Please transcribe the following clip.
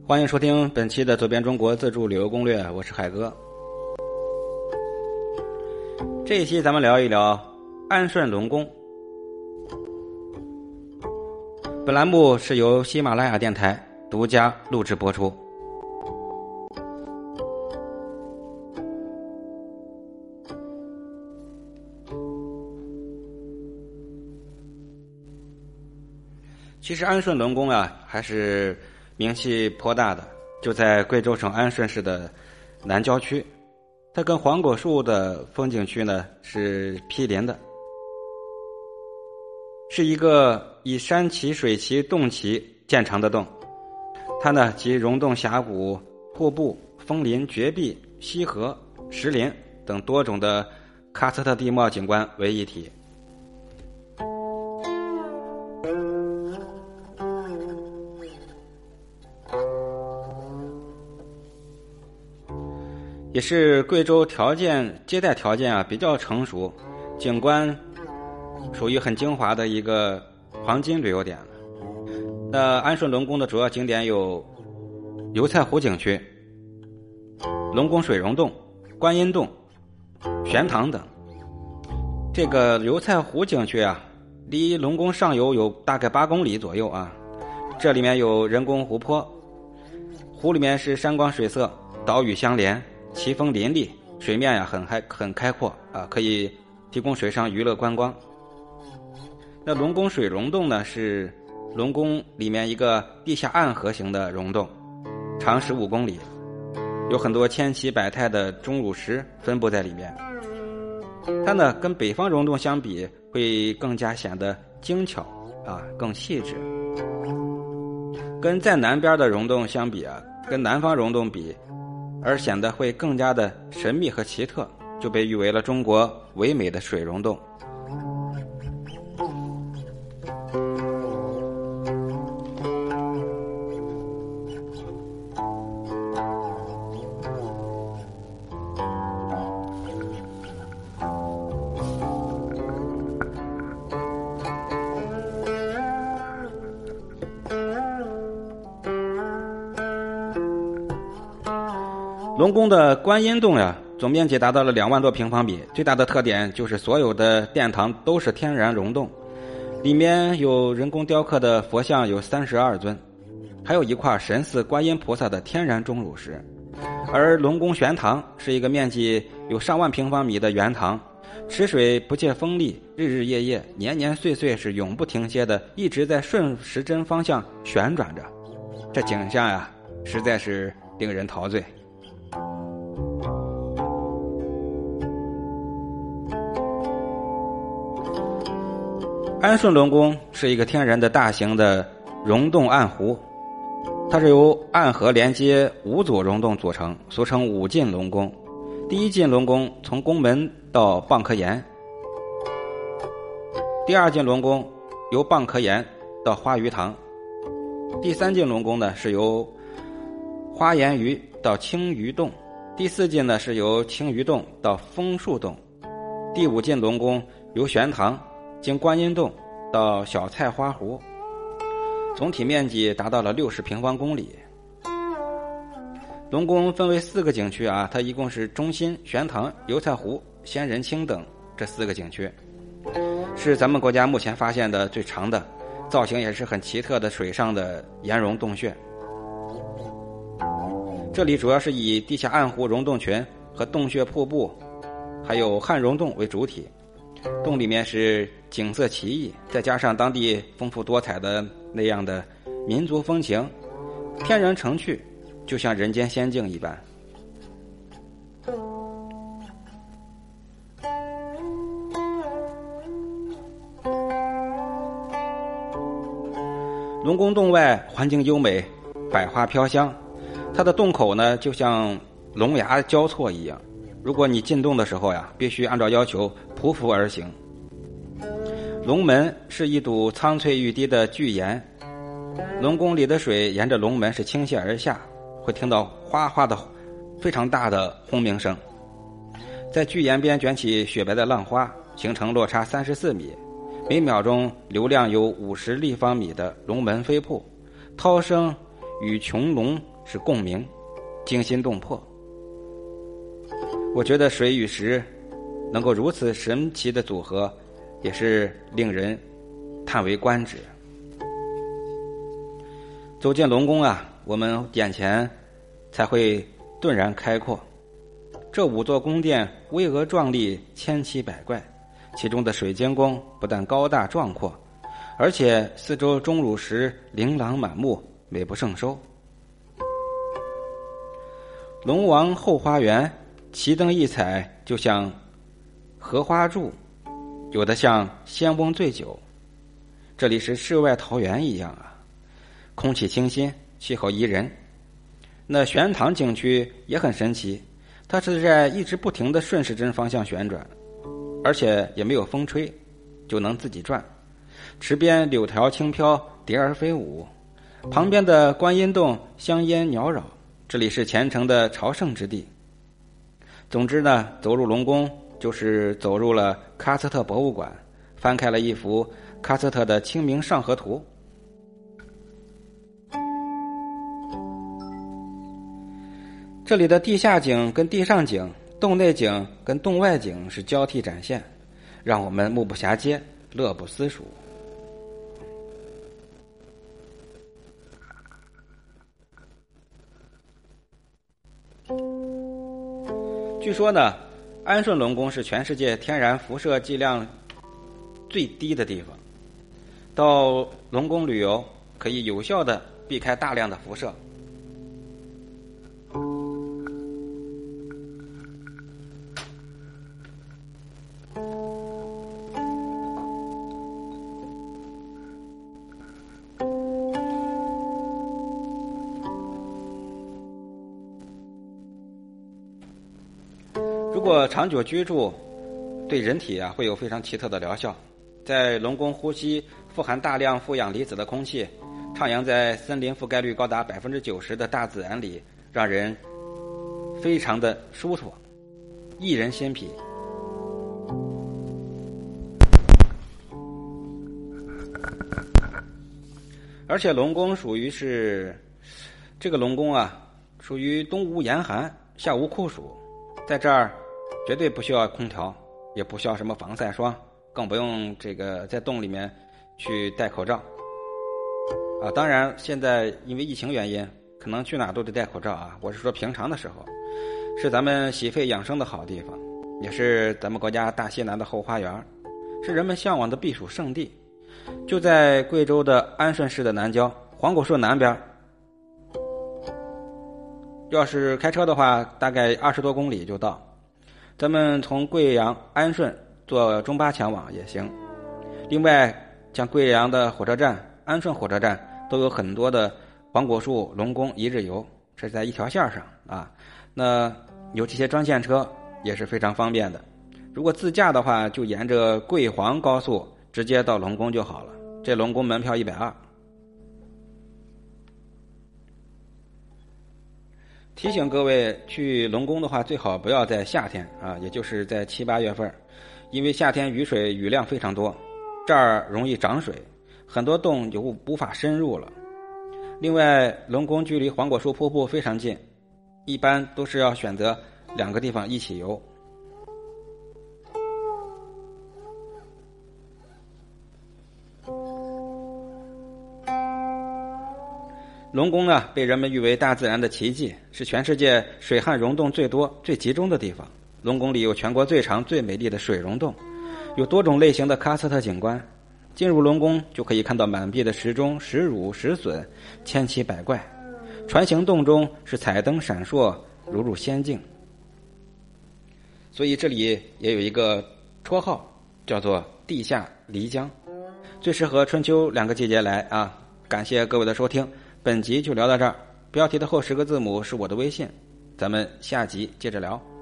欢迎收听本期的走遍中国自助旅游攻略，我是海哥。这一期咱们聊一聊安顺龙宫。本栏目是由喜马拉雅电台独家录制播出。其实安顺龙宫啊，还是名气颇大的，就在贵州省安顺市的南郊区。它跟黄果树的风景区呢是毗邻的，是一个以山奇、水奇、洞奇见长的洞。它呢集溶洞峡谷、瀑布、枫林、绝壁、溪河、石林等多种的喀斯特地貌景观为一体。也是贵州接待条件啊比较成熟，景观属于很精华的一个黄金旅游点。那安顺龙宫的主要景点有油菜湖景区、龙宫水溶洞、观音洞、玄堂等。这个油菜湖景区啊，离龙宫上游有大概8公里左右啊。这里面有人工湖泊，湖里面是山光水色，岛屿相连，奇峰林立，水面呀很开阔啊，可以提供水上娱乐观光。那龙宫水溶洞呢，是龙宫里面一个地下暗河型的溶洞，长15公里，有很多千奇百态的钟乳石分布在里面。它呢跟北方溶洞相比，会更加显得精巧啊，更细致。跟在南边的溶洞相比啊，跟南方溶洞比，而显得会更加的神秘和奇特，就被誉为了中国唯美的水溶洞。龙宫的观音洞呀，总面积达到了2万多平方米，最大的特点就是所有的殿堂都是天然溶洞，里面有人工雕刻的佛像有32尊，还有一块神似观音菩萨的天然钟乳石。而龙宫玄堂是一个面积有上万平方米的圆堂，池水不借风力，日日夜夜、年年岁岁是永不停歇的，一直在顺时针方向旋转着。这景象呀，实在是令人陶醉。安顺龙宫是一个天然的大型的溶洞暗湖，它是由暗河连接5组溶洞组成，俗称5进龙宫。第1进龙宫从宫门到蚌壳岩，第2进龙宫由蚌壳岩到花鱼塘，第3进龙宫呢是由花岩鱼到青鱼洞，第4进呢是由青鱼洞到枫树洞，第5进龙宫由玄堂经观音洞到小菜花湖，总体面积达到了60平方公里。龙宫分为4个景区啊，它一共是中心、玄堂、油菜湖、仙人青等这4个景区，是咱们国家目前发现的最长的，造型也是很奇特的水上的岩溶洞穴。这里主要是以地下暗湖溶洞群和洞穴瀑布还有汉溶洞为主体，洞里面是景色奇异，再加上当地丰富多彩的那样的民族风情，天然成趣，就像人间仙境一般。龙宫洞外环境优美，百花飘香，它的洞口呢就像龙牙交错一样，如果你进洞的时候呀，必须按照要求匍匐而行。龙门是一堵苍翠欲滴的巨岩，龙宫里的水沿着龙门是倾泻而下，会听到哗哗的非常大的轰鸣声。在巨岩边卷起雪白的浪花，形成落差34米，每秒钟流量有50立方米的龙门飞瀑，涛声与穹隆是共鸣，惊心动魄。我觉得水与石能够如此神奇的组合，也是令人叹为观止。走进龙宫啊，我们眼前才会顿然开阔。这5座宫殿巍峨壮丽，千奇百怪，其中的水晶宫不但高大壮阔，而且四周钟乳石琳琅满目，美不胜收。龙王后花园奇灯异彩，就像荷花柱，有的像仙翁醉酒。这里是世外桃源一样啊，空气清新，气候宜人。那玄堂景区也很神奇，它是在一直不停的顺时针方向旋转，而且也没有风吹，就能自己转。池边柳条轻飘，蝶儿飞舞，旁边的观音洞香烟缭绕，这里是虔诚的朝圣之地。总之呢，走入龙宫就是走入了喀斯特博物馆，翻开了一幅喀斯特的《清明上河图》。这里的地下景跟地上景，洞内景跟洞外景是交替展现，让我们目不暇接，乐不思蜀。据说呢，安顺龙宫是全世界天然辐射剂量最低的地方。到龙宫旅游可以有效的避开大量的辐射。如果长久居住，对人体会有非常奇特的疗效。在龙宫呼吸富含大量负氧离子的空气，徜徉在森林覆盖率高达90%的大自然里，让人非常的舒服，益人心脾。而且龙宫属于是这个龙宫属于冬无严寒，夏无酷暑，在这儿绝对不需要空调，也不需要什么防晒霜，更不用在洞里面去戴口罩当然现在因为疫情原因，可能去哪都得戴口罩我是说平常的时候，是咱们洗肺养生的好地方，也是咱们国家大西南的后花园，是人们向往的避暑胜地。就在贵州的安顺市的南郊黄果树南边，要是开车的话大概20多公里就到。咱们从贵阳安顺坐中巴前往也行。另外像贵阳的火车站、安顺火车站都有很多的黄果树龙宫一日游，这是在一条线上那有这些专线车也是非常方便的。如果自驾的话，就沿着贵黄高速直接到龙宫就好了，这龙宫门票120。提醒各位，去龙宫的话最好不要在夏天也就是在7、8月份，因为夏天雨量非常多，这儿容易涨水，很多洞就无法深入了。另外龙宫距离黄果树瀑布非常近，一般都是要选择2个地方一起游。龙宫被人们誉为大自然的奇迹，是全世界水旱溶洞最多最集中的地方。龙宫里有全国最长最美丽的水溶洞，有多种类型的喀斯特景观。进入龙宫就可以看到满壁的石钟、石乳、石笋，千奇百怪。船形洞中是彩灯闪烁，如入仙境。所以这里也有一个绰号，叫做地下漓江，最适合春秋2个季节来感谢各位的收听，本集就聊到这儿。标题的后10个字母是我的微信，咱们下集接着聊。